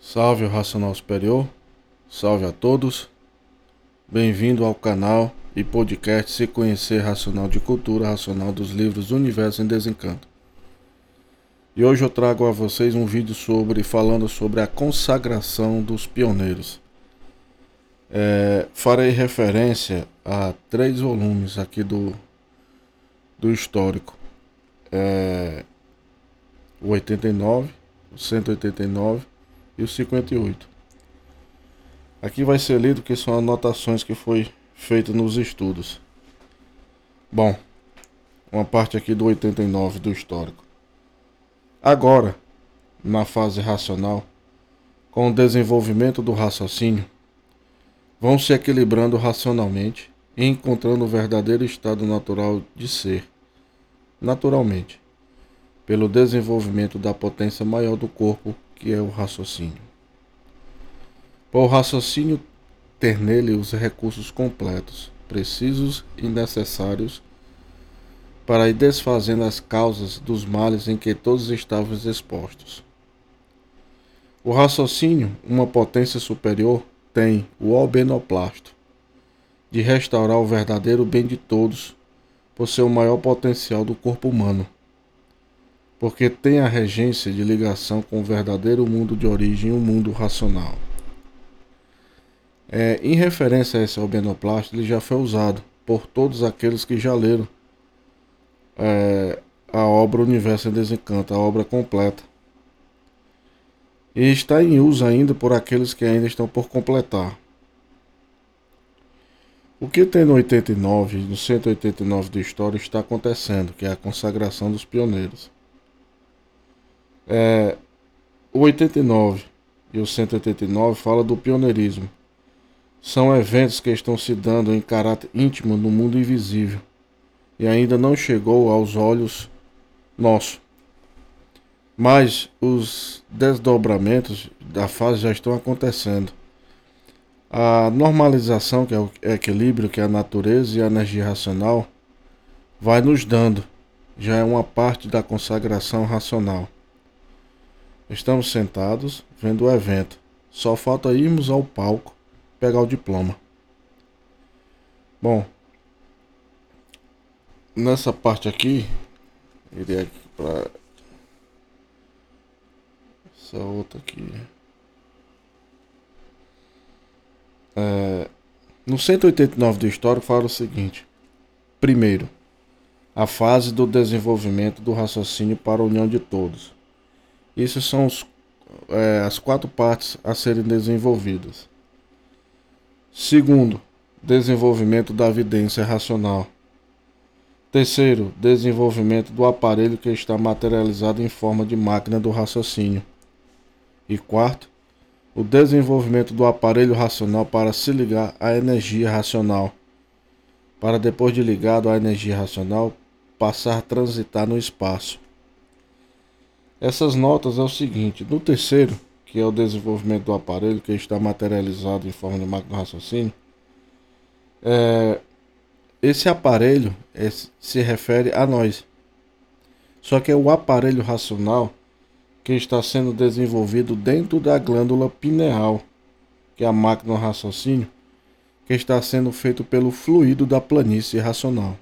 Salve o Racional Superior, salve a todos, bem-vindo ao canal e podcast Se Conhecer Racional de Cultura, Racional dos Livros Universo em Desencanto. E hoje eu trago a vocês um vídeo falando sobre a consagração dos pioneiros. Farei referência a 3 volumes aqui do histórico, o 89, o 189 e o 58. Aqui vai ser lido que são anotações que foi feito nos estudos. Bom, uma parte aqui do 89 do histórico. Agora, na fase racional, com o desenvolvimento do raciocínio, vão se equilibrando racionalmente e encontrando o verdadeiro estado natural de ser, naturalmente, pelo desenvolvimento da potência maior do corpo, que é o raciocínio. Para o raciocínio ter nele os recursos completos, precisos e necessários para ir desfazendo as causas dos males em que todos estavam expostos. O raciocínio, uma potência superior, tem o albenoplasto de restaurar o verdadeiro bem de todos por ser o maior potencial do corpo humano, porque tem a regência de ligação com o verdadeiro mundo de origem, o mundo racional. Em referência a esse albenoplasto, ele já foi usado por todos aqueles que já leram a obra Universo em Desencanto, a obra completa. E está em uso ainda por aqueles que ainda estão por completar. O que tem no 89 e no 189 da história está acontecendo, que é a consagração dos pioneiros. O 89 e o 189 fala do pioneirismo. São eventos que estão se dando em caráter íntimo no mundo invisível e ainda não chegou aos olhos nossos. Mas os desdobramentos da fase já estão acontecendo. A normalização, que é o equilíbrio que é a natureza e a energia racional, vai nos dando. Já é uma parte da consagração racional. Estamos sentados vendo o evento. Só falta irmos ao palco pegar o diploma. Bom, nessa parte aqui, irei aqui para essa outra aqui. No 189 do histórico fala o seguinte: primeiro, a fase do desenvolvimento do raciocínio para a união de todos. Isso são as 4 partes a serem desenvolvidas. Segundo, desenvolvimento da evidência racional. Terceiro, desenvolvimento do aparelho que está materializado em forma de máquina do raciocínio. E quarto, o desenvolvimento do aparelho racional para se ligar à energia racional, para depois de ligado à energia racional, passar a transitar no espaço. Essas notas é o seguinte: no terceiro, que é o desenvolvimento do aparelho que está materializado em forma de máquina do raciocínio, esse aparelho se refere a nós. Só que é o aparelho racional que está sendo desenvolvido dentro da glândula pineal, que é a máquina do raciocínio, que está sendo feito pelo fluido da planície racional.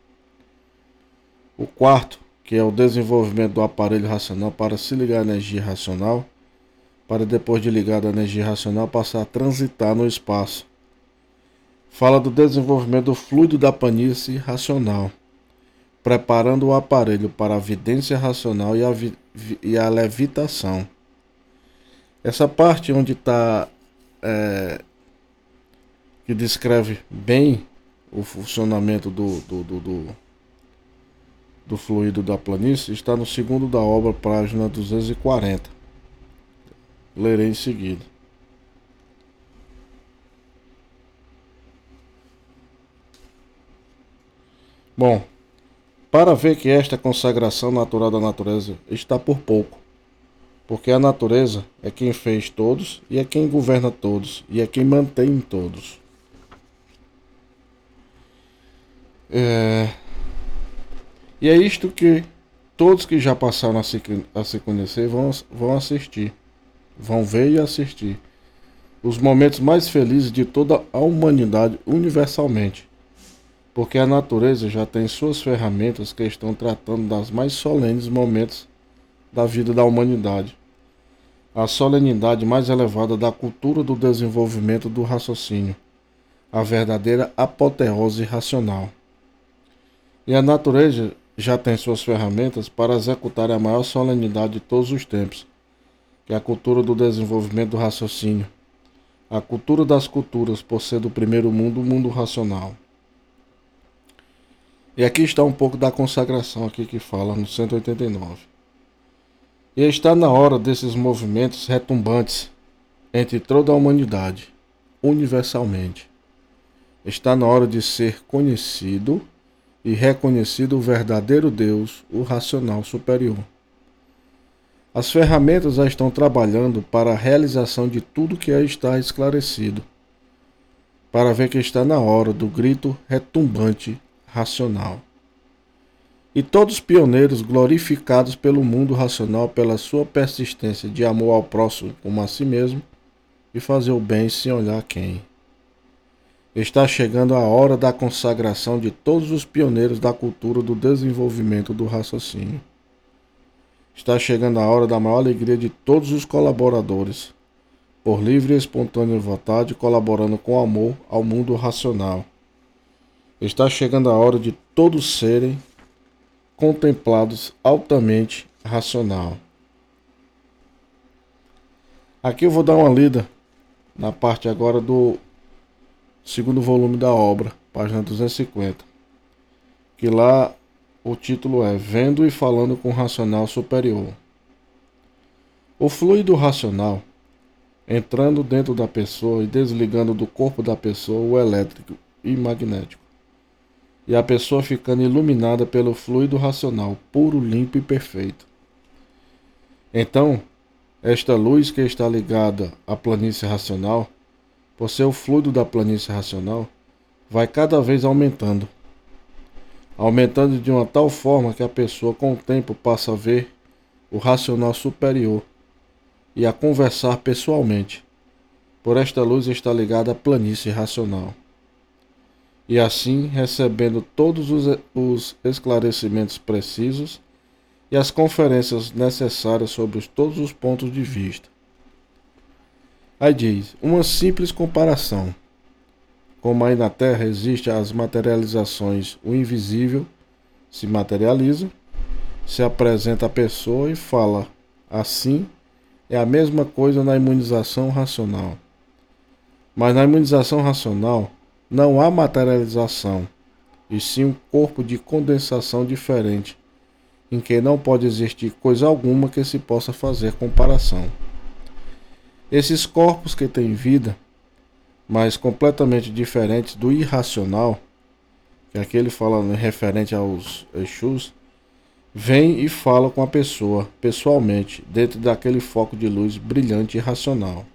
O quarto, que é o desenvolvimento do aparelho racional para se ligar à energia racional, para depois de ligado à energia racional passar a transitar no espaço. Fala do desenvolvimento do fluido da planície racional, preparando o aparelho para a vidência racional e a levitação. Essa parte onde está que descreve bem o funcionamento do fluido da planície está no segundo da obra, página 240. Lerei em seguida. Bom, para ver que esta consagração natural da natureza está por pouco, porque a natureza é quem fez todos e é quem governa todos e é quem mantém todos. E é isto que todos que já passaram a se conhecer vão assistir. vão ver e assistir os momentos mais felizes de toda a humanidade universalmente, porque a natureza já tem suas ferramentas que estão tratando das mais solenes momentos da vida da humanidade. A solenidade mais elevada da cultura do desenvolvimento do raciocínio, a verdadeira apoteose racional. E a natureza já tem suas ferramentas para executar a maior solenidade de todos os tempos, que é a cultura do desenvolvimento do raciocínio, a cultura das culturas, por ser do primeiro mundo, o mundo racional. E aqui está um pouco da consagração aqui que fala no 189. E está na hora desses movimentos retumbantes entre toda a humanidade, universalmente. Está na hora de ser conhecido e reconhecido o verdadeiro Deus, o racional superior. As ferramentas já estão trabalhando para a realização de tudo que aí está esclarecido, para ver que está na hora do grito retumbante racional. E todos os pioneiros glorificados pelo mundo racional pela sua persistência de amor ao próximo como a si mesmo e fazer o bem sem olhar quem. Está chegando a hora da consagração de todos os pioneiros da cultura do desenvolvimento do raciocínio. Está chegando a hora da maior alegria de todos os colaboradores, por livre e espontânea vontade, colaborando com amor ao mundo racional. Está chegando a hora de todos serem contemplados altamente racional. Aqui eu vou dar uma lida na parte agora do segundo volume da obra, página 250, que lá o título é Vendo e Falando com o Racional Superior. O fluido racional, entrando dentro da pessoa e desligando do corpo da pessoa o elétrico e magnético, e a pessoa ficando iluminada pelo fluido racional, puro, limpo e perfeito. Então, esta luz que está ligada à planície racional, por ser o fluido da planície racional, vai cada vez aumentando de uma tal forma que a pessoa com o tempo passa a ver o racional superior e a conversar pessoalmente. Por esta luz está ligada à planície racional. E assim recebendo todos os esclarecimentos precisos e as conferências necessárias sobre todos os pontos de vista. Aí diz, uma simples comparação. Como aí na Terra existe as materializações, o invisível se materializa, se apresenta a pessoa e fala. Assim, é a mesma coisa na imunização racional. Mas na imunização racional, não há materialização, e sim um corpo de condensação diferente, em que não pode existir coisa alguma que se possa fazer comparação. Esses corpos que têm vida, mas completamente diferentes do irracional, que é aquele falando referente aos Exus, vem e fala com a pessoa, pessoalmente, dentro daquele foco de luz brilhante e racional.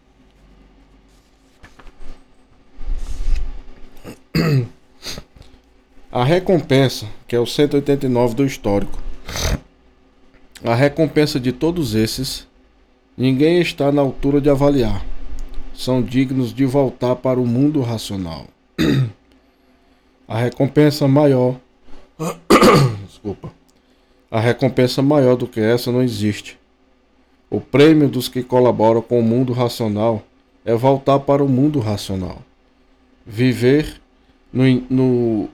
A recompensa, que é o 189 do histórico. A recompensa de todos esses, ninguém está na altura de avaliar. São dignos de voltar para o mundo racional. A recompensa maior. Desculpa. A recompensa maior do que essa não existe. O prêmio dos que colaboram com o mundo racional é voltar para o mundo racional. Viver no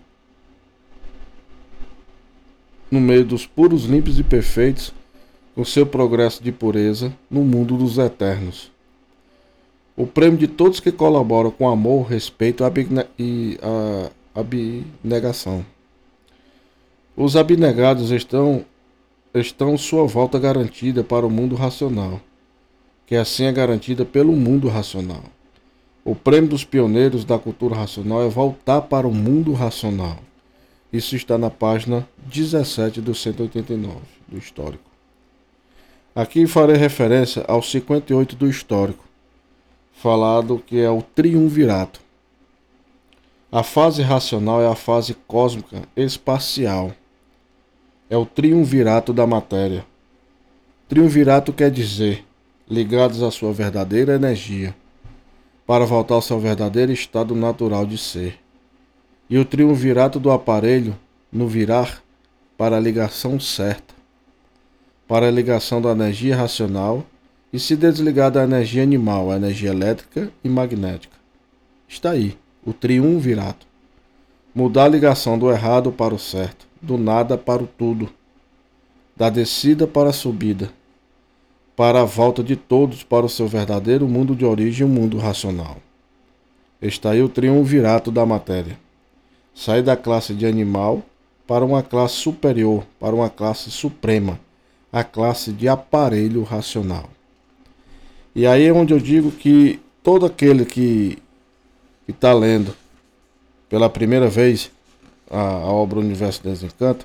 meio dos puros, limpos e perfeitos, com seu progresso de pureza no mundo dos eternos. O prêmio de todos que colaboram com amor, respeito e a abnegação. Os abnegados estão sua volta garantida para o mundo racional, que assim é garantida pelo mundo racional. O prêmio dos pioneiros da cultura racional é voltar para o mundo racional. Isso está na página 17 do 189 do histórico. Aqui farei referência ao 58 do histórico, falado que é o triunvirato. A fase racional é a fase cósmica espacial. É o triunvirato da matéria. Triunvirato quer dizer ligados à sua verdadeira energia, para voltar ao seu verdadeiro estado natural de ser. E o triunvirato do aparelho no virar para a ligação certa, para a ligação da energia racional e se desligar da energia animal, a energia elétrica e magnética. Está aí, o triunvirato. Mudar a ligação do errado para o certo, do nada para o tudo, da descida para a subida, para a volta de todos para o seu verdadeiro mundo de origem, o mundo racional. Está aí o triunvirato da matéria. Sair da classe de animal para uma classe superior, para uma classe suprema, a classe de aparelho racional. E aí é onde eu digo que todo aquele que está lendo pela primeira vez a obra Universo Desencanto,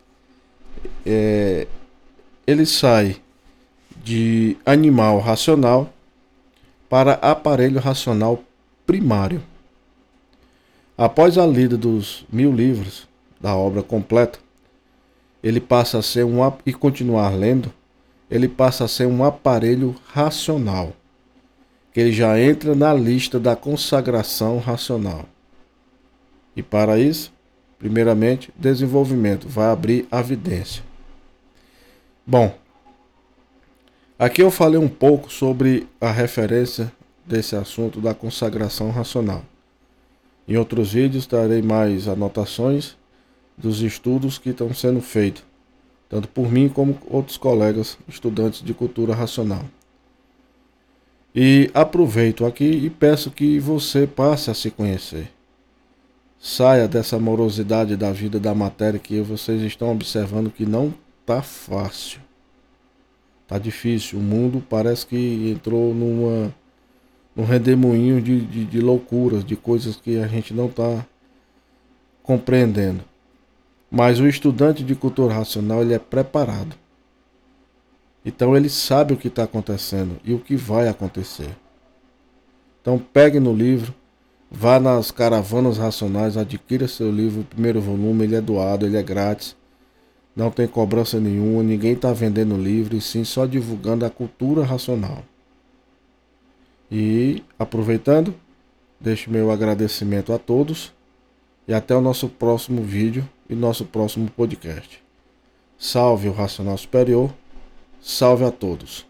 ele sai de animal racional para aparelho racional primário. Após a lida dos 1000 livros da obra completa, ele passa a ser e continuar lendo, ele passa a ser um aparelho racional, que ele já entra na lista da consagração racional. E para isso, primeiramente, desenvolvimento, vai abrir a vidência. Bom, aqui eu falei um pouco sobre a referência desse assunto da consagração racional. Em outros vídeos trarei mais anotações dos estudos que estão sendo feitos, tanto por mim como outros colegas estudantes de cultura racional. E aproveito aqui e peço que você passe a se conhecer. Saia dessa morosidade da vida da matéria que vocês estão observando que não está fácil. Está difícil. O mundo parece que entrou num redemoinho de loucuras, de coisas que a gente não está compreendendo. Mas o estudante de cultura racional, ele é preparado. Então ele sabe o que está acontecendo e o que vai acontecer. Então pegue no livro, vá nas caravanas racionais, adquira seu livro, o primeiro volume, ele é doado, ele é grátis. Não tem cobrança nenhuma, ninguém está vendendo livro, e sim só divulgando a cultura racional. E aproveitando, deixo meu agradecimento a todos e até o nosso próximo vídeo e nosso próximo podcast. Salve o Racional Superior, salve a todos.